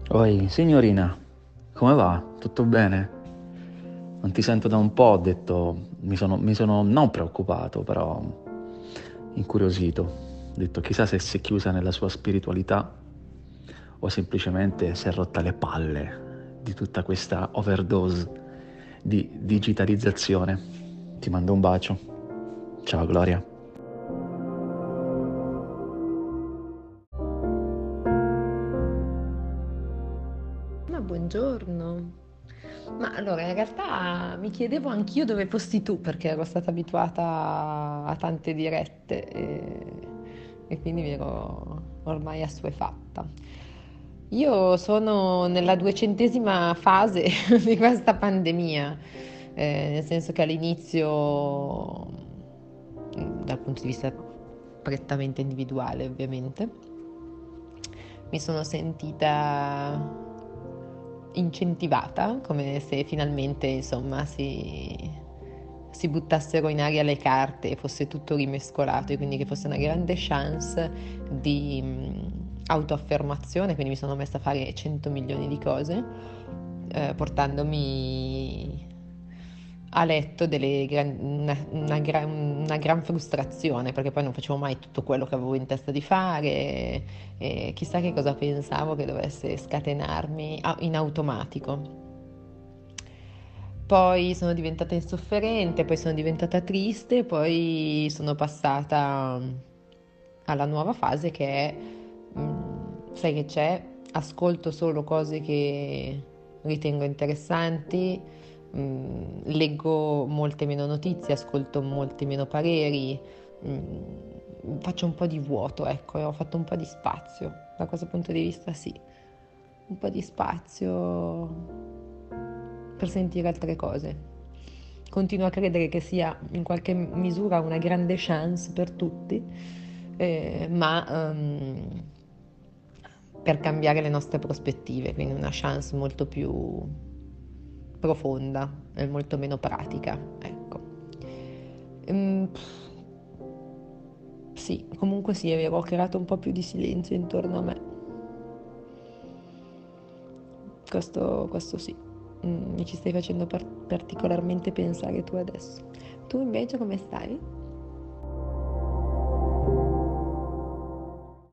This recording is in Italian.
Oi, signorina, come va? Tutto bene? Non ti sento da un po', ho detto, mi sono non preoccupato, però incuriosito. Ho detto, chissà se si è chiusa nella sua spiritualità o semplicemente si è rotta le palle di tutta questa overdose di digitalizzazione. Ti mando un bacio. Ciao, Gloria. Ma buongiorno. Ma allora, in realtà mi chiedevo anch'io dove fossi tu, perché ero stata abituata a tante dirette e quindi mi ero ormai assuefatta. Io sono nella 200ª fase di questa pandemia, nel senso che all'inizio, dal punto di vista prettamente individuale, ovviamente, mi sono sentita incentivata, come se finalmente, insomma, si buttassero in aria le carte e fosse tutto rimescolato e quindi che fosse una grande chance di autoaffermazione, quindi mi sono messa a fare 100 milioni di cose, portandomi a letto una gran frustrazione, perché poi non facevo mai tutto quello che avevo in testa di fare e chissà che cosa pensavo che dovesse scatenarmi in automatico. Poi sono diventata insofferente, poi sono diventata triste, poi sono passata alla nuova fase che è, sai che c'è, ascolto solo cose che ritengo interessanti, leggo molte meno notizie, ascolto molti meno pareri, faccio un po' di vuoto, ecco, e ho fatto un po' di spazio. Da questo punto di vista sì, un po' di spazio per sentire altre cose. Continuo a credere che sia in qualche misura una grande chance per tutti, ma per cambiare le nostre prospettive, quindi una chance molto più profonda e molto meno pratica, ecco. Pff, sì, comunque sì, è vero, ho creato un po' più di silenzio intorno a me. Questo sì. Mi ci stai facendo particolarmente pensare tu adesso. Tu invece come stai?